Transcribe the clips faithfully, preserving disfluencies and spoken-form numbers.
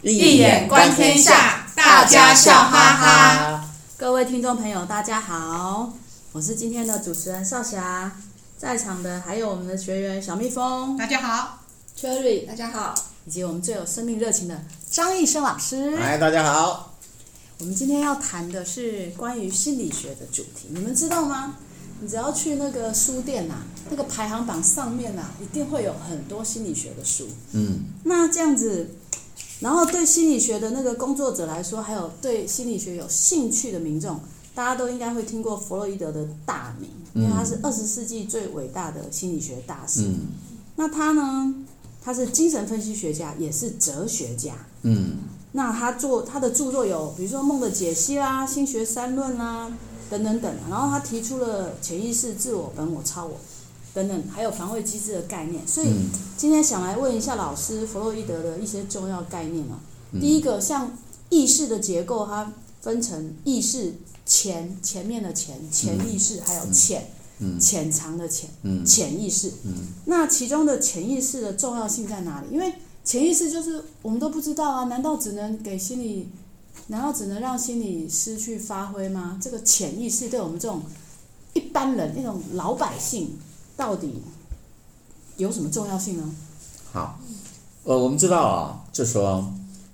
一眼观天下，大家笑哈哈。 各位听众朋友，大家好，我是今天的主持人少霞，在场的还有我们的学员小蜜蜂， 大家好 Cherry， 大家好， 以及我们最有生命热情的张义生老师。 嗨，大家好。 我们今天要谈的是关于心理学的主题，你们知道吗？你只要去那个书店啊，那个排行榜上面啊，一定会有很多心理学的书。 嗯， 那这样子，然后对心理学的那个工作者来说，还有对心理学有兴趣的民众，大家都应该会听过弗洛伊德的大名，因为他是二十世纪最伟大的心理学大师。 嗯， 那他呢，他是精神分析学家，也是哲学家。 嗯， 那他做他的著作有，比如说《梦的解析》啦、《心学三论》啦等等等，然后他提出了潜意识、自我、本我、超我等等，还有防卫机制的概念。所以今天想来问一下老师，弗洛伊德的一些重要概念啊。 嗯、 第一个，像意识的结构，它分成意识前前面的前潜意识，还有潜。 嗯、 潜藏的潜， 嗯、 潜意识、 嗯。 那其中的潜意识的重要性在哪里？因为潜意识就是我们都不知道啊，难道只能给心理，难道只能让心理师去发挥吗？这个潜意识对我们这种一般人、那种老百姓，到底有什么重要性呢？ 好，呃，我们知道啊，就说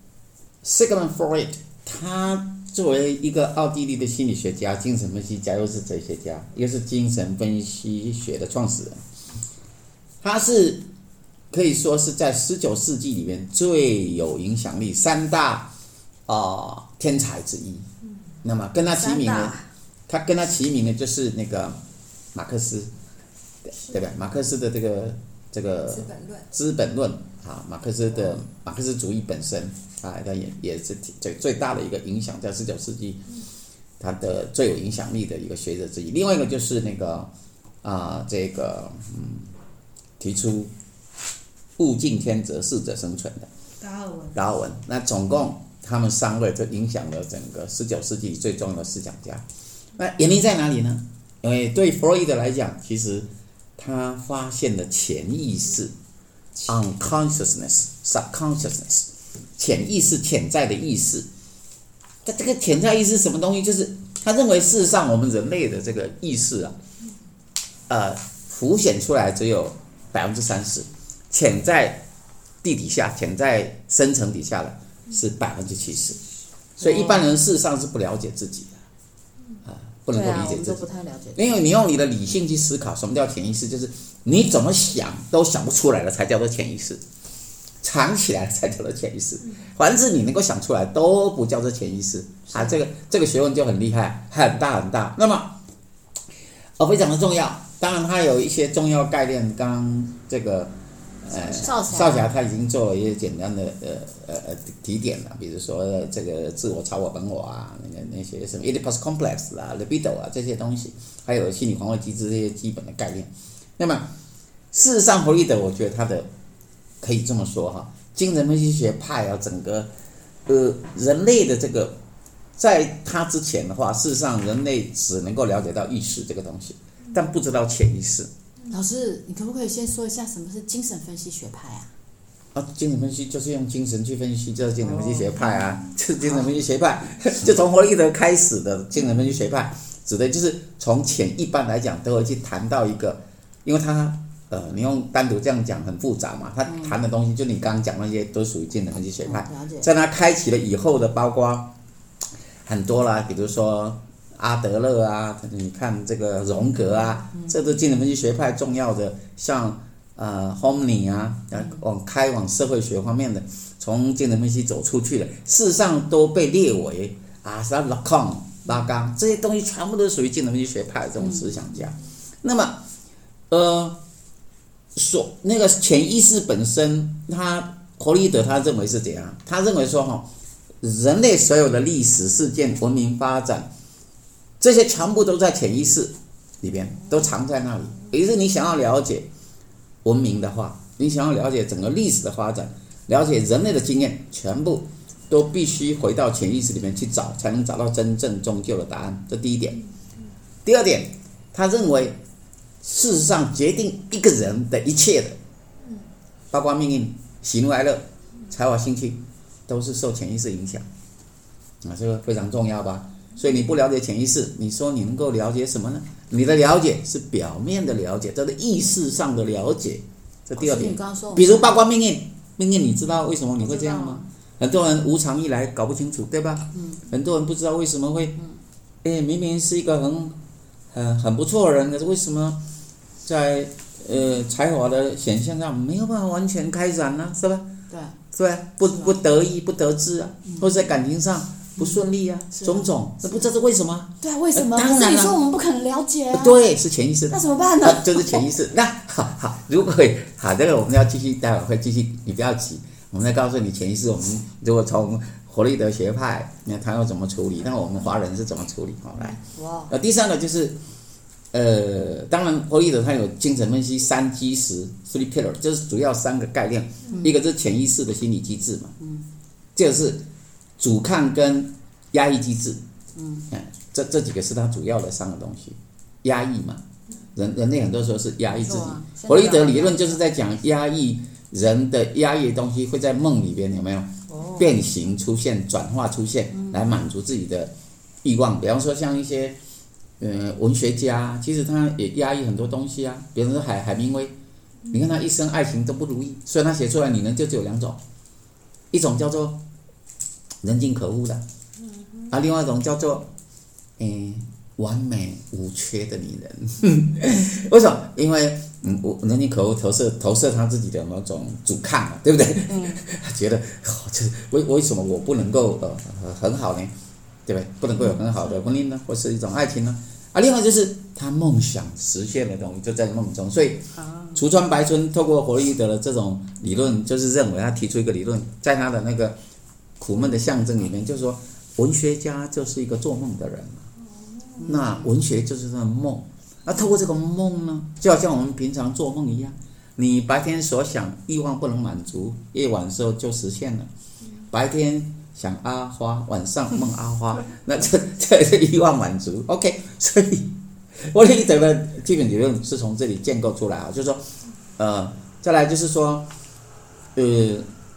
Sigmund Freud 他作为一个奥地利的心理学家、精神分析家，又是哲学家，又是精神分析学的创始人，他是可以说是在十九世纪里面最有影响力三大啊、呃、天才之一。那么跟他齐名的，他跟他齐名的就是那个马克思，对吧？马克思的这个这个资本论， 资本论啊，马克思的马克思主义本身啊，它也也是最最大的一个影响，在十九世纪，他的最有影响力的一个学者之一。另外一个就是那个啊，这个嗯，提出物竞天择，适者生存的达尔文。 达尔文，那总共他们三位就影响了整个十九世纪最重要的思想家。那原因在哪里呢？因为对弗洛伊德来讲，其实他发现了潜意识 unconsciousness、subconsciousness， 潜意识、潜在的意识。他这个潜在意识是什么东西？就是他认为事实上我们人类的这个意识啊，呃，浮显出来只有百分之三十，潜在地底下、潜在深层底下的是百分之七十。所以一般人事实上是不了解自己的。不能够理解自己， 对啊，我们都不太了解。 因为你用你的理性去思考，什么叫潜意识？就是你怎么想都想不出来的才叫做潜意识，藏起来才叫做潜意识。凡是你能够想出来，都不叫做潜意识啊！这个这个学问就很厉害，很大很大。那么，哦，非常的重要。当然，它有一些重要概念，刚刚这个呃少侠少侠他已经做了一些简单的呃呃呃提点了，比如说这个自我、超我、本我啊，那个那些什么 Oedipus complex 啦、libido 啊这些东西，还有心理防卫机制这些基本的概念。那么事实上，弗洛伊德我觉得他的可以这么说哈，精神分析学派啊，整个呃人类的这个在他之前的话，事实上人类只能够了解到意识这个东西，但不知道潜意识。 老师，你可不可以先说一下什么是精神分析学派啊？ 啊，精神分析就是用精神去分析，就是精神分析学派啊，这、哦、是精神分析学派，就从弗洛伊德开始的精神分析学派，指的就是从潜一般来讲都会去谈到一个，因为他呃，你用单独这样讲很复杂嘛，他谈的东西就你刚刚讲那些都属于精神分析学派， 嗯、 在他开启了以后的，包括很多啦，比如说阿德勒啊，你看这个荣格啊，这都精神分析学派重要的，像呃 Hominy 啊，往开往社会学方面的，从精神分析走出去的，事实上都被列为啊，什么拉康、拉冈这些东西，全部都属于精神分析学派的这种思想家。嗯、那么，呃，所那个潜意识本身，他弗洛伊德他认为是怎样？他认为说哈，人类所有的历史事件、文明发展。这些全部都在潜意识里边，都藏在那里。也就是你想要了解文明的话，你想要了解整个历史的发展，了解人类的经验，全部都必须回到潜意识里面去找，才能找到真正终究的答案。这第一点。第二点，他认为事实上决定一个人的一切的，包括命运、喜怒哀乐、才华、兴趣， 都是受潜意识影响啊，这个非常重要吧。所以你不了解潜意识，你说你能够了解什么呢？你的了解是表面的了解，这是意识上的了解。这第二点，比如包括命运，命运你知道为什么你会这样吗？很多人无常一来搞不清楚，对吧？嗯、很多人不知道为什么会，哎、嗯，明明是一个很很很不错的人，可是为什么在呃才华的显现上没有办法完全开展呢？是吧？ 对， 是吧？不不得意不得志啊，嗯、或者在感情上不顺利啊，嗯、种种，那不知道是为什么？ 对啊，为什么？ 当然了， 你说我们不可能了解啊。 对，是潜意识的。 那怎么办呢？ 啊、就是潜意识。那好好，如果好，这个我们要继续，待会会继续，你不要急。我们再告诉你潜意识，我们如果从弗洛伊德学派，你看他要怎么处理，那我们华人是怎么处理？好，来， 哇， 呃，第三个就是，呃，当然弗洛伊德他有精神分析三基石 （three pillar）， 就是主要三个概念，嗯、一个是潜意识的心理机制嘛，嗯，这个是阻抗跟压抑机制，嗯，这这几个是他主要的三个东西，压抑嘛，人人类很多时候是压抑自己，啊、弗洛伊德理论就是在讲压抑。人的压抑的东西会在梦里边有没有变形出现、转化出现，来满足自己的欲望？比方说像一些呃文学家，其实他也压抑很多东西啊。比方说海海明威，你看他一生爱情都不如意，所以他写出来女人就只有两种，一种叫做人尽可夫的，啊，另外一种叫做嗯完美无缺的女人。为什么？因为嗯，我人尽可夫投射投射他自己的某种阻抗嘛，对不对？嗯，他觉得哦，这为为什么我不能够呃很好呢？对不对？不能够有很好的婚姻呢，或是一种爱情呢？啊，另外就是他梦想实现的东西就在梦中，所以橱川白春透过弗洛伊德的这种理论，就是认为他提出一个理论，在他的那个苦闷的象征里面，就是说文学家就是一个做梦的人嘛，那文学就是他的梦。那透过这个梦呢，就好像我们平常做梦一样，你白天所想欲望不能满足，夜晚的时候就实现了。白天想阿花，晚上梦阿花，那这这是欲望满足。OK， 所以弗洛伊德的基本理论是从这里建构出来啊，就是说，呃，再来就是说，呃，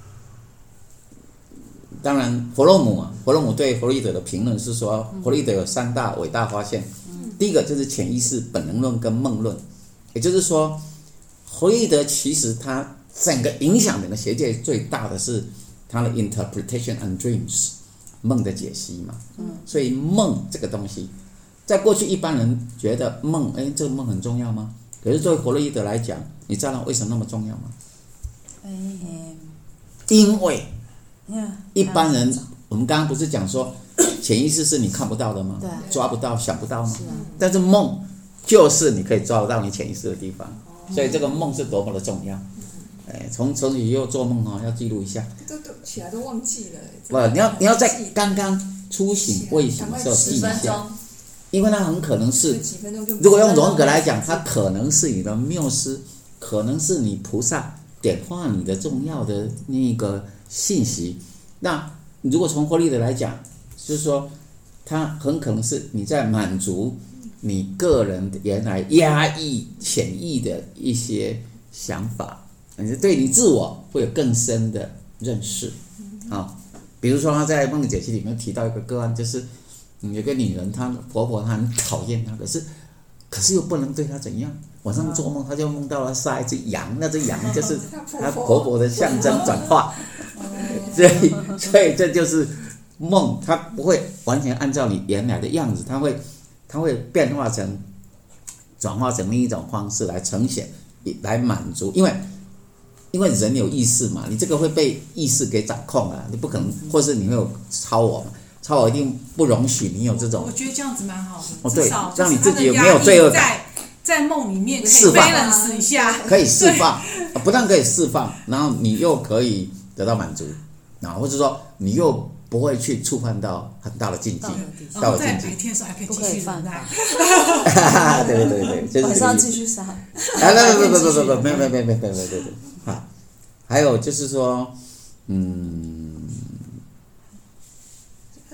当然弗洛姆啊，弗洛姆对弗洛伊德的评论是说，弗洛伊德有三大伟大发现。第一个就是潜意识本能论跟梦论，也就是说，弗洛伊德其实他整个影响整个学界最大的是他的 interpretation and dreams 梦的解析嘛。嗯，所以梦这个东西，在过去一般人觉得梦，哎，这个梦很重要吗？可是对弗洛伊德来讲，你知道为什么那么重要吗？嗯、因为一般人，我们刚刚不是讲说。潜意识是你看不到的吗？ 对， 抓不到、想不到吗？ 是啊。 但是梦就是你可以抓得到你潜意识的地方，哦、所以这个梦是多么的重要。哎，从从此以后做梦哦，要记录一下。 都都起来都忘记了。 不，你要你要在刚刚初醒未醒的时候记一下，因为它很可能是，如果用荣格来讲，它可能是你的缪斯，可能是你菩萨点化你的重要的那个信息。那如果从弗洛伊德来讲，就是说，它很可能是你在满足你个人原来压抑、潜意的一些想法，你对你自我会有更深的认识啊。比如说，他在梦的解析里面提到一个个案，就是有个女人，她婆婆她很讨厌她，可是可是又不能对她怎样。晚上做梦，她就梦到了杀一只羊，那只羊就是她婆婆的象征转化，所以所以这就是。梦它不会完全按照你原来的样子，它会它会变化成转化成另一种方式来呈现，来满足，因为因为人有意识嘛，你这个会被意识给掌控啊，你不可能，或是你会有超我嘛，超我一定不容许你有这种。 我觉得这样子蛮好的， 哦对，让你自己没有罪恶感， 在梦里面可以释放 balance 一下， 可以释放，不但可以释放，然后你又可以得到满足，啊，或者说你又。不会去触犯到很大的禁忌， 到了禁忌。在白天的时候还可以继续犯法。 对对对对， 晚上继续杀。啊不不不不不不，没有没有没有没有没有没有没有。好，还有就是说，嗯，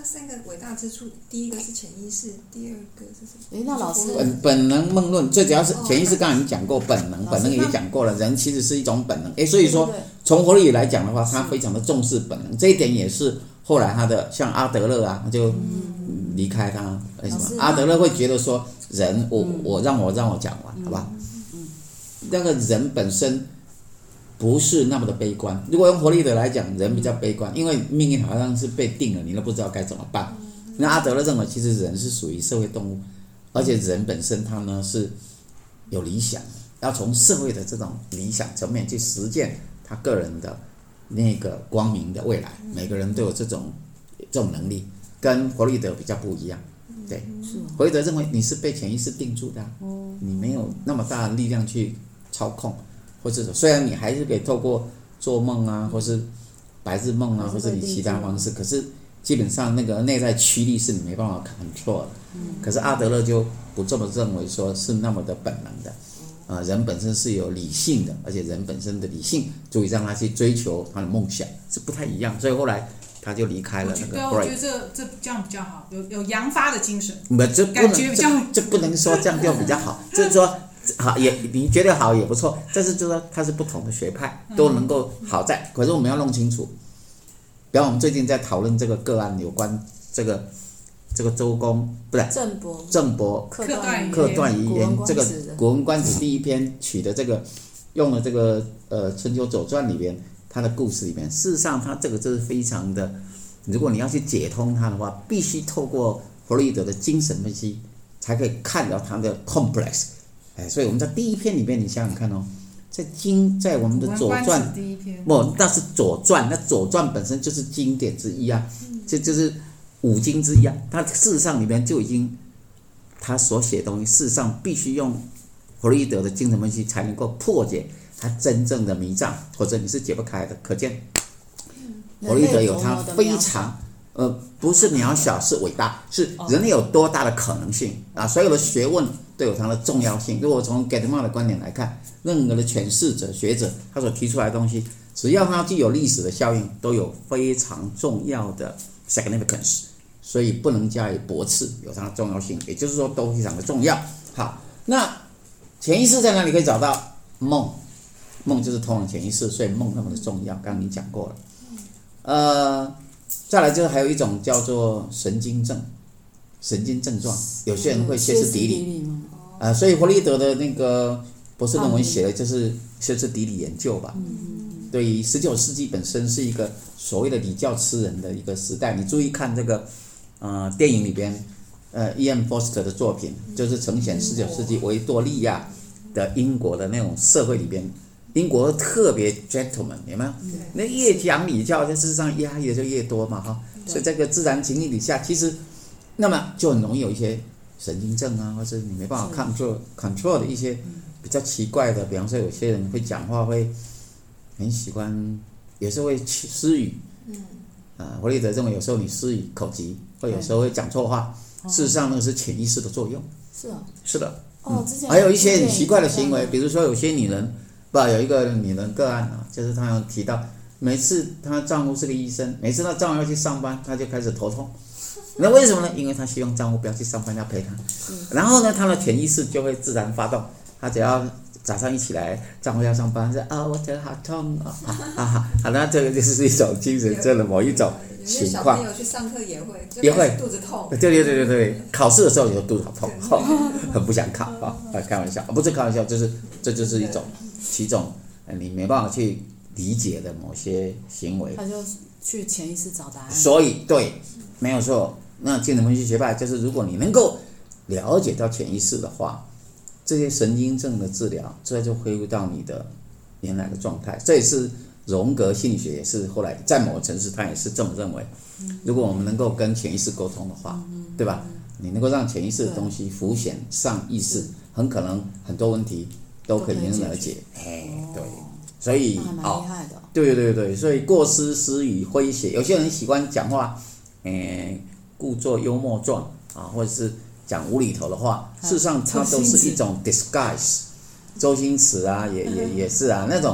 三个伟大之处，第一个是潜意识，第二个是什么？ 诶，那老师本本能梦论最主要是潜意识，刚才你讲过本能， 哦本能也讲过了，人其实是一种本能。诶，所以说对对对从佛理来讲的话，他非常的重视本能，这一点也是后来他的像阿德勒啊，他就离开他。为什么？阿德勒会觉得说人，我我让我让我讲完，好吧？那个人本身不是那么的悲观。如果用佛理的来讲，人比较悲观，因为命运好像是被定了，你都不知道该怎么办。那阿德勒认为，其实人是属于社会动物，而且人本身他呢是有理想，要从社会的这种理想层面去实践他个人的那个光明的未来。每个人都有这种这种能力，跟弗洛伊德比较不一样。对，弗洛伊德认为你是被潜意识定住的、啊，你没有那么大的力量去操控，或者虽然你还是可以透过做梦啊，或是白日梦啊，或是你其他方式，可是基本上那个内在驱力是你没办法 control 的。可是阿德勒就不这么认为，说是那么的本能的。啊、呃，人本身是有理性的，而且人本身的理性足以让他去追求他的梦想，是不太一样。所以后来他就离开了那个对，我觉得这这这样比较好，有有扬发的精神。 没，这不能感觉比较这这不能说这样就比较好，就是说好也你觉得好也不错，但是就是说它是不同的学派都能够好在，可是我们要弄清楚。比方我们最近在讨论这个个案，有关这个这个周公不是郑伯郑伯刻断刻断遗言，这个《古文观止》第一篇取的这个用了这个呃《春秋左传》里边他的故事里面，事实上他这个就是非常的，如果你要去解通它的话，必须透过弗洛伊德的精神分析才可以看到它的 complex。哎，所以我们在第一篇里面，你想想看哦，在经在我们的左传第一篇， 不，那是左传，那左传本身就是经典之一啊，这就是五经之一啊。它事实上里面就已经他所写的东西，事实上必须用弗洛伊德的精神分析才能够破解他真正的迷障，或者你是解不开的。可见弗洛伊德有他非常呃不是渺小，是伟大，是人类有多大的可能性啊！所有的学问都有它的重要性。如果从 Getman 的观点来看，任何的诠释者、学者，他所提出来的东西，只要它具有历史的效应，都有非常重要的 significance， 所以不能加以驳斥，有它的重要性，也就是说都非常的重要。好，那潜意识在哪里可以找到？梦，梦就是通往潜意识，所以梦那么的重要。刚刚你讲过了，呃，再来就是还有一种叫做神经症，神经症状，有些人会歇斯底里，啊、呃，所以弗洛伊德的那个博士论文写的就是歇斯底里研究吧。对于十九世纪本身是一个所谓的礼教吃人的一个时代，你注意看这个呃电影里边，呃 E M Foster 的作品，就是呈现十九世纪维多利亚的英国的那种社会里边，英国特别 gentleman， 有没有？那越讲礼教，事实上压抑的就越多嘛，哈。所以这个自然情理底下，其实那么就很容易有一些神经症啊，或者你没办法 control control 的一些比较奇怪的，比方说有些人会讲话会很喜欢，有时候会失语，嗯，啊，弗洛伊德认为有时候你失语口疾，或有时候会讲错话，事实上那个是潜意识的作用。 是啊， 是的。 哦，之前还有一些很奇怪的行为，比如说有些女人，不，有一个女人个案啊，就是她有提到，每次她丈夫是个医生，每次她丈夫要去上班，她就开始头痛。那为什么呢？因为她希望丈夫不要去上班，要陪她。然后呢，她的潜意识就会自然发动，她只要早上一起来，丈夫要上班，说啊，我头好痛啊，哈哈哈，好，那这个就是一种精神症的某一种情况。有些小朋友去上课也会， 也会肚子痛。 对对对对对，考试的时候有时候肚子好痛，哦、很不想考啊、哦，开玩笑，不是开玩笑，就是这就是一种其中你没办法去理解的某些行为。 他就去潜意识找答案。 所以对，没有错。那精神分析学派就是，如果你能够了解到潜意识的话，这些神经症的治疗，这就恢复到你的原来的状态。这也是荣格心理学也是后来在某个层次他也是这么认为。如果我们能够跟潜意识沟通的话，对吧？你能够让潜意识的东西浮现上意识，很可能很多问题都可以迎刃而解。哎，对，所以哦，蛮厉害的。 对对对，所以过失、失语、诙谐，有些人喜欢讲话，诶，故作幽默状啊，或者是讲无厘头的话，事实上它都是一种 disguise。周星驰啊，也也也是啊，那种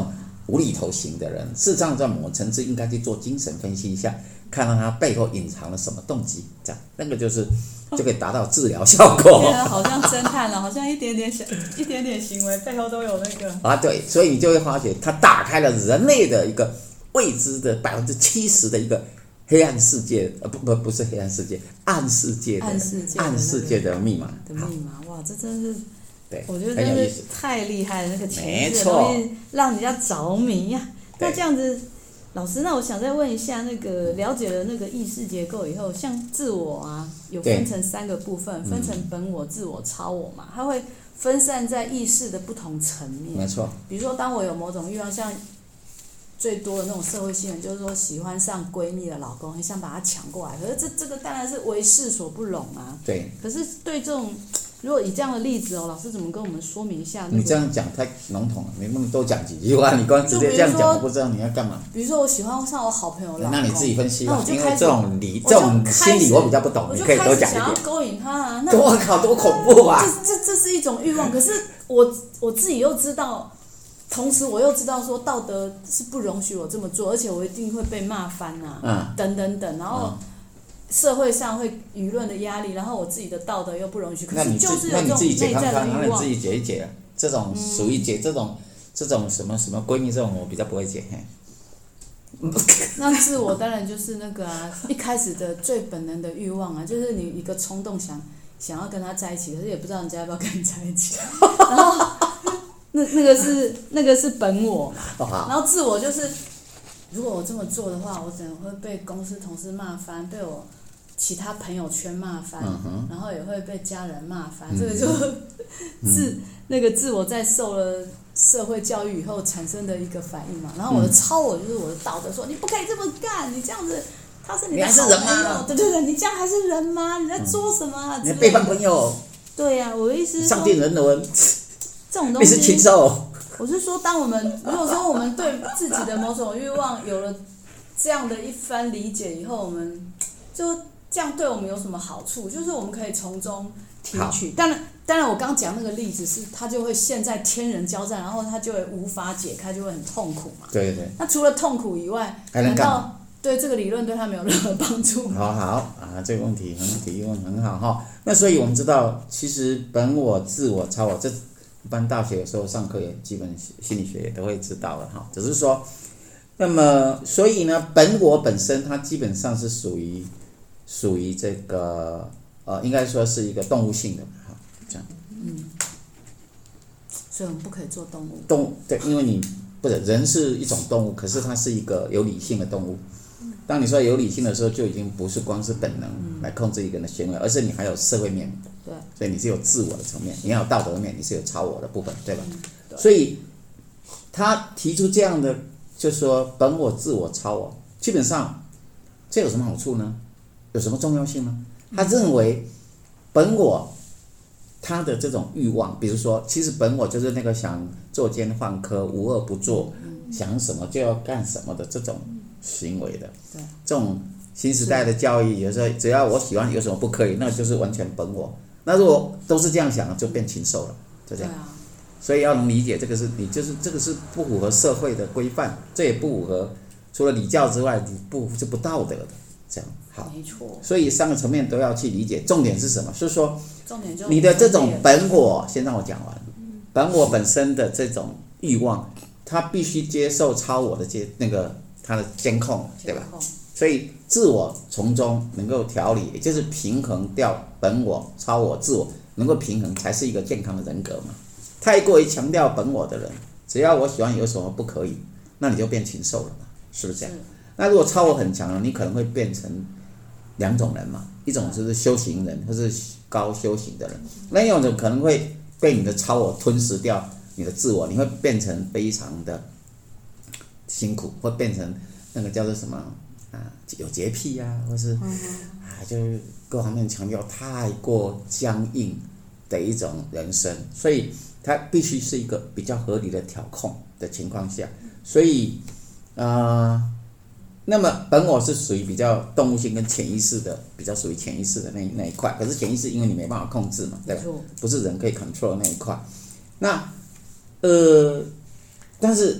无厘头型的人，事实上在某层次应该去做精神分析一下，看到他背后隐藏了什么动机，这样那个就是就可以达到治疗效果。 变得好像侦探了，好像一点点小一点点行为背后都有那个啊，对，所以你就会发觉，他打开了人类的一个未知的百分之七十的一个黑暗世界，呃，不不不是黑暗世界，暗世界的暗世界的、那个、 暗世界的密码的密码。哇，这真是， 对， 我觉得真是太厉害了，那个潜意识的东西让人家着迷呀、啊。那这样子，老师，那我想再问一下，那个了解了那个意识结构以后，像自我啊，有分成三个部分，分成本我、自我、超我嘛，它会分散在意识的不同层面。 没错。 比如说，当我有某种欲望，像最多的那种社会新闻，就是说喜欢上闺蜜的老公，很想把他抢过来。可是这这个当然是为势所不容啊。 对。 可是对这种，如果以这样的例子哦，老师怎么跟我们说明一下、那个？ 你这样讲太笼统了，你不能多讲几句话，你光直接这样讲，我不知道你要干嘛。 比如说我喜欢上我好朋友老公， 那你自己分析吧，因为这种理这种心理我比较不懂，你可以多讲一点。 想要勾引他啊，那我靠，多恐怖啊！ 这这这是一种欲望，可是我我自己又知道。同时，我又知道说道德是不容许我这么做，而且我一定会被骂翻啊， 嗯、 等等等，然后社会上会舆论的压力，然后我自己的道德又不容许，可是就是有这种内在的欲望。 那你自己解一解，这种属于解、嗯、这种这种什么什么闺蜜这种，我比较不会解。 那自我当然就是那个啊，一开始的最本能的欲望啊，就是你一个冲动想想要跟他在一起，可是也不知道人家要不要跟你在一起，然后。那那个是那个是本我嘛，然后自我就是，如果我这么做的话，我可能会被公司同事骂翻，被我其他朋友圈骂翻，嗯、然后也会被家人骂翻，嗯、这个就自、嗯、那个自我在受了社会教育以后产生的一个反应嘛。然后我的超我就是我的道德说，你不可以这么干，你这样子他是你的好朋友，对对对，你这样还是人吗？你在做什么、啊？ 你背叛朋友。 对呀、啊，我的意思是上电人伦。 这种东西， 你是禽兽。 我是说，当我们如果说我们对自己的某种欲望有了这样的一番理解以后，我们就这样对我们有什么好处？就是我们可以从中提取。当然，当然，我刚讲那个例子是，他就会陷在天人交战，然后他就会无法解开，就会很痛苦嘛。 对对。 那除了痛苦以外， 还能干嘛？ 对这个理论对他没有任何帮助。 好好啊，这个问题很提问很好哈。那所以我们知道，其实本我、自我、超我这。一般大学有时候上课也基本心理学也都会知道了哈，只是说，那么所以呢，本我本身它基本上是属于属于这个呃，应该说是一个动物性的哈，这样。 嗯。所以我们不可以做动物。 动对，因为你不是人是一种动物，可是它是一个有理性的动物。当你说有理性的时候，就已经不是光是本能来控制一个人的行为，而是你还有社会面。 对， 所以你是有自我的层面，你要有道德面，你是有超我的部分，对吧？ 嗯、对， 所以他提出这样的，就是说本我、自我、超我，基本上这有什么好处呢？有什么重要性呢？他认为本我他的这种欲望，比如说，其实本我就是那个想作奸犯科、无恶不作、嗯、想什么就要干什么的这种行为的， 对， 这种新时代的教育，有时候只要我喜欢，有什么不可以，那就是完全本我。那如果都是这样想，就变禽兽了，就这样。 啊、 所以要能理解这个是你就是这个是不符合社会的规范，这也不符合除了礼教之外，你不是不道德的，这样好。 没错。 所以三个层面都要去理解，重点是什么？是说， 重点就你的这种本我，先让我讲完。嗯、本我本身的这种欲望，它必须接受超我的监那个它的监控，对吧？所以自我从中能够调理，也就是平衡掉本我、超我、自我，能够平衡才是一个健康的人格嘛。太过于强调本我的人，只要我喜欢有什么不可以，那你就变禽兽了嘛，是不是这样？那如果超我很强了，你可能会变成两种人嘛，一种就是修行人，或是高修行的人，另一种可能会被你的超我吞噬掉你的自我，你会变成非常的辛苦，会变成那个叫做什么？啊，有洁癖啊，或是啊，就是各方面强调太过僵硬的一种人生，所以它必须是一个比较合理的调控的情况下，所以啊、呃，那么本我是属于比较动物性跟潜意识的，比较属于潜意识的那那一块，可是潜意识因为你没办法控制嘛，对吧？不是人可以 control 那一块，那呃，但是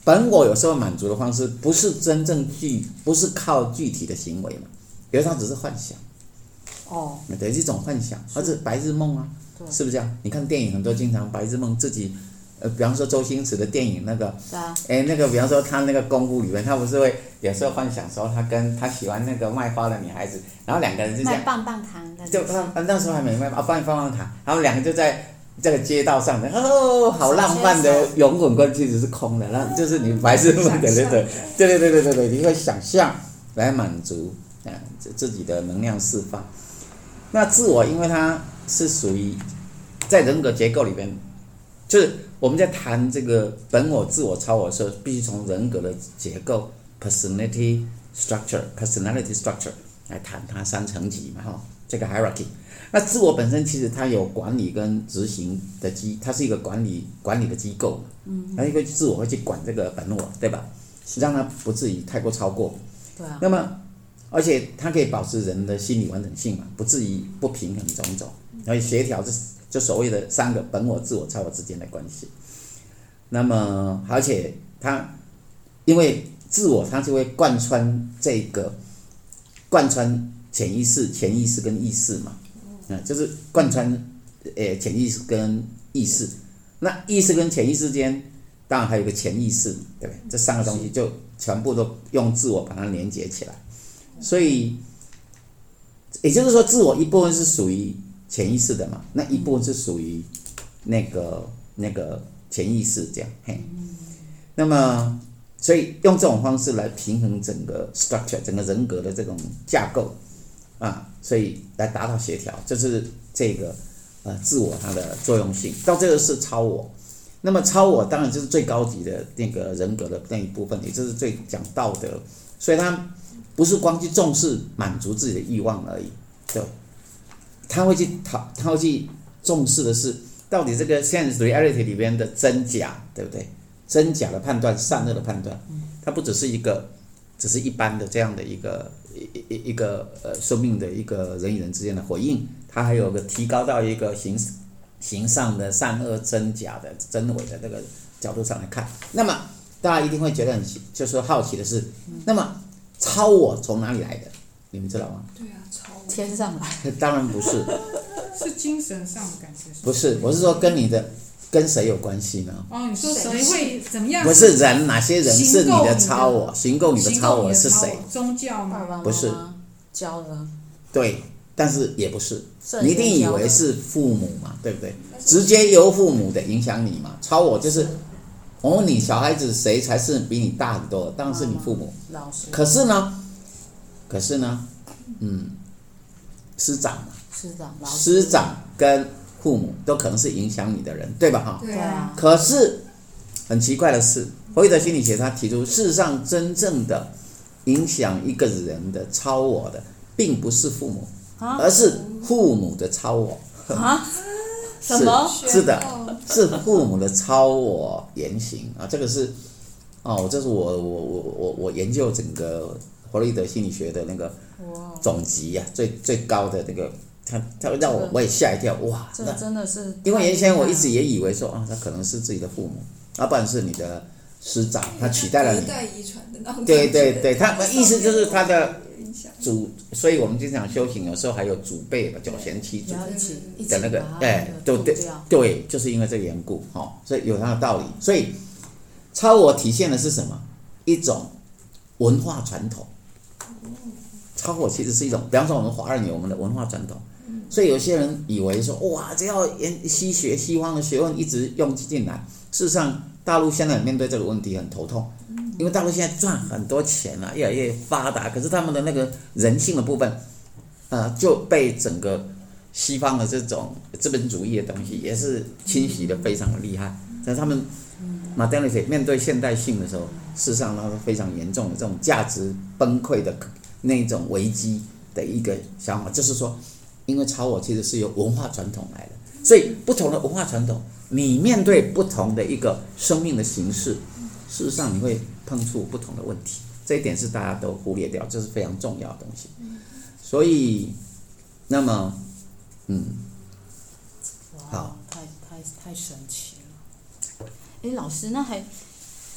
本我有时候满足的方式不是真正具，不是靠具体的行为嘛，有时候它只是幻想。 哦， 对，是一种幻想，或者白日梦啊，是不是这样？你看电影很多经常白日梦，自己，呃，比方说周星驰的电影那个， 对啊， 哎，那个比方说他那个功夫里面，他不是会有时候幻想说他跟他喜欢那个卖花的女孩子，然后两个人就这样， 卖棒棒糖的， 就他那时候还没卖啊，放棒棒糖，他们两个就在这个街道上的，哦，好浪漫的拥吻关其实是空的，那就是你白日梦的那种，对对对对对对，你会想象来满足啊自己的能量释放。那自我，因为它是属于在人格结构里边，就是我们在谈这个本我、自我、超我的时候，必须从人格的结构 （personality structure）、personality structure 来谈它三层级嘛，哈，这个 hierarchy。那自我本身其实它有管理跟执行的机，它是一个管理管理的机构嘛，嗯，它一个自我会去管这个本我，对吧？让它不至于太过超过。 对啊。 那么。而且它可以保持人的心理完整性嘛，不至于不平衡种种，而且协调这就所谓的三个本我、自我、超我之间的关系。那么，而且它因为自我，它就会贯穿这个贯穿潜意识、潜意识跟意识嘛，嗯，就是贯穿呃潜意识跟意识。那意识跟潜意识之间，当然还有个潜意识，对不对？这三个东西就全部都用自我把它连接起来。所以，也就是说，自我一部分是属于潜意识的嘛，那一部分是属于那个那个潜意识这样，嘿。那么，所以用这种方式来平衡整个 structure 整个人格的这种架构啊，所以来达到协调，这是这个呃自我它的作用性。到这个是超我，那么超我当然就是最高级的那个人格的那一部分，也就是最讲道德，所以它。不是光去重视满足自己的欲望而已，对，他会去讨，他会去重视的是到底这个 sense reality 里边的真假，对不对？真假的判断，善恶的判断，它不只是一个，只是一般的这样的一个一一一个呃生命的一个人与人之间的回应，它还有个提高到一个形形上的善恶真假的真伪的这个角度上来看。那么大家一定会觉得很就是好奇的是，那么。超我从哪里来的？你们知道吗？ 对啊，超我天上来？ 当然不是， 是精神上的感觉。 不是，我是说跟你的跟谁有关系呢？ 哦，你说谁会怎么样？ 不是人，哪些人是你的超我？行构你的超我是谁？ 宗教吗？ 不是， 教的。 对，但是也不是，你一定以为是父母嘛，对不对？直接由父母的影响你嘛，超我就是。我问你，小孩子谁才是比你大很多的？当然是你父母。 老师。 可是呢，可是呢，嗯，师长嘛， 师长， 师长跟父母都可能是影响你的人，对吧？哈。 对啊。 可是很奇怪的是，弗洛伊德心理学他提出，事实上真正的影响一个人的超我的，并不是父母，而是父母的超我。 啊？什么？ 是的，是父母的超我言行啊，这个是哦，这是我我我我我研究整个弗洛伊德心理学的那个总集啊，最最高的那个，他他让我我也吓一跳，哇， 这个真的是， 因为原先我一直也以为说啊，他可能是自己的父母，要不然是你的师长，他取代了你， 代遗传的那种， 对对对，他意思就是他的。祖，所以我们经常修行，有时候还有祖辈吧，九贤七祖的那个，哎，对对对，就是因为这个缘故，哈、哦，所以有它的道理。所以超我体现的是什么？一种文化传统。超我其实是一种，比方说我们华人有我们的文化传统，所以有些人以为说，哇，只要研西学西方的学问一直用进来，事实上大陆现在面对这个问题很头痛。因为大陆现在赚很多钱了、啊，越来越发达，可是他们的那个人性的部分，呃，就被整个西方的这种资本主义的东西也是侵袭的非常的厉害。所以他们 modernity 面对现代性的时候，事实上它是非常严重的这种价值崩溃的那种危机的一个想法，就是说，因为超我其实是由文化传统来的，所以不同的文化传统，你面对不同的一个生命的形式。事实上，你会碰触不同的问题，这一点是大家都忽略掉，这是非常重要的东西。所以，那么，嗯，好， 太太太神奇了。哎，老师，那还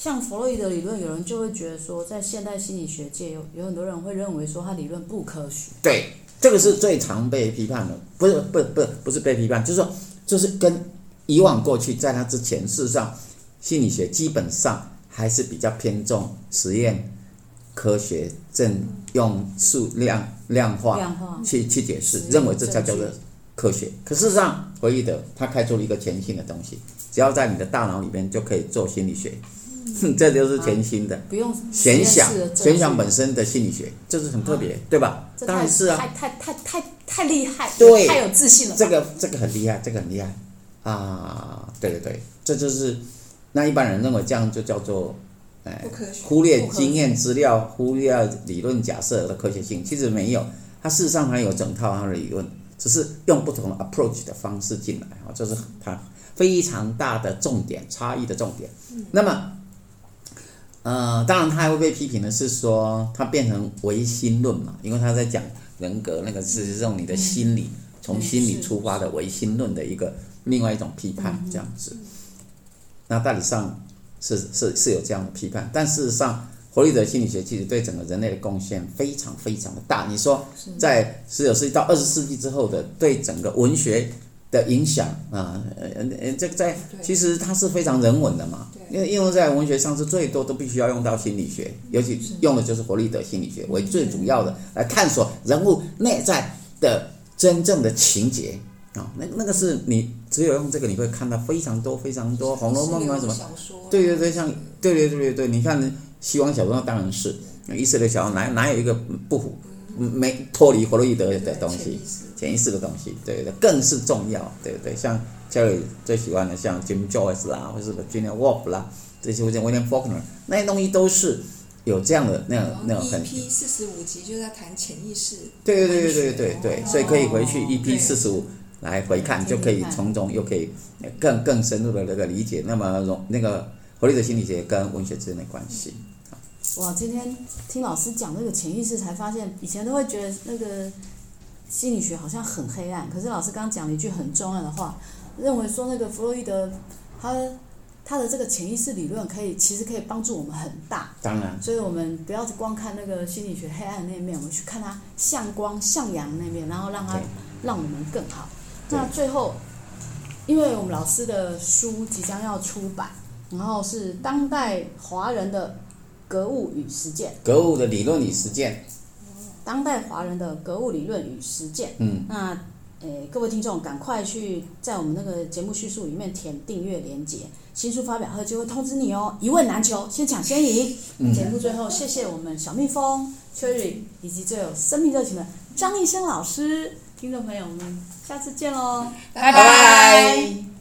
像弗洛伊德理论，有人就会觉得说，在现代心理学界有有很多人会认为说他理论不科学。 对，这个是最常被批判的，不是不不不是被批判，就是说就是跟以往过去在他之前，事实上心理学基本上还是比较偏重实验科学，正用数量量化量化去去解释， 实验认为这才叫做科学。可事实上，弗洛伊德他开出了一个全新的东西，只要在你的大脑里面就可以做心理学，嗯、这就是全新的。 不用玄想，玄想本身身的心理学，这是很特别，对吧？ 这当然是啊， 太太太太太厉害， 对， 太有自信了。 这个这个很厉害，这个很厉害啊！对对对，这就是那一般人认为这样就叫做，哎、 不科学， 忽略经验资料，忽略理论假设的科学性。其实没有，它事实上还有整套它的理论，只是用不同的 approach 的方式进来啊，这是它非常大的重点，差异的重点。嗯、那么。呃，当然他还会被批评的是说，他变成唯心论嘛，因为他在讲人格，那个是用你的心理，从、嗯、心理出发的唯心论的一个另外一种批判，这样子。嗯、那大体上是是是有这样的批判，但事实上，弗洛伊德心理学其实对整个人类的贡献非常非常的大。你说，在十九世纪到二十世纪之后的对整个文学的影响啊，呃，这个在其实它是非常人文的嘛，因为应用在文学上是最多都必须要用到心理学，尤其用的就是弗洛伊德心理学为最主要的来探索人物内在的真正的情节啊，那那个是你只有用这个你会看到非常多非常多《红楼梦》啊什么，对对对，像对对对对对，你看西方小说当然是意识流小说哪哪有一个不符没脱离弗洛伊德的东西，潜意识的东西，对对，更是重要，对不对？像 Jerry 最喜欢的，像 Jim Joyce 啦，或是 Virginia Woolf 啦，这些或者 William Faulkner 那些东西都是有这样的那种那种很。 E P 四十五集就在谈潜意识。 对对对对对对，哦、所以可以回去 E P 四十五来回看，就可以从中又可以更更深入的那个理解，那么那个弗洛伊德心理学跟文学之间的关系。 哇，今天听老师讲那个潜意识，才发现以前都会觉得那个心理学好像很黑暗，可是老师刚刚讲了一句很重要的话，认为说那个弗洛伊德他他的这个潜意识理论可以其实可以帮助我们很大。 当然， 所以我们不要光看那个心理学黑暗的那面，我们去看它向光向阳那面，然后让它让我们更好。那最后，因为我们老师的书即将要出版，然后是当代华人的格物与实践， 格物的理论与实践， 当代华人的格物理论与实践。嗯，那诶，各位听众赶快去在我们那个节目叙述里面填订阅连结，新书发表后就会通知你哦，一问难求，先抢先赢。嗯、节目最后，谢谢我们小蜜蜂 Cherry 以及最有生命热情的张医生老师，听众朋友们，下次见喽， 拜拜。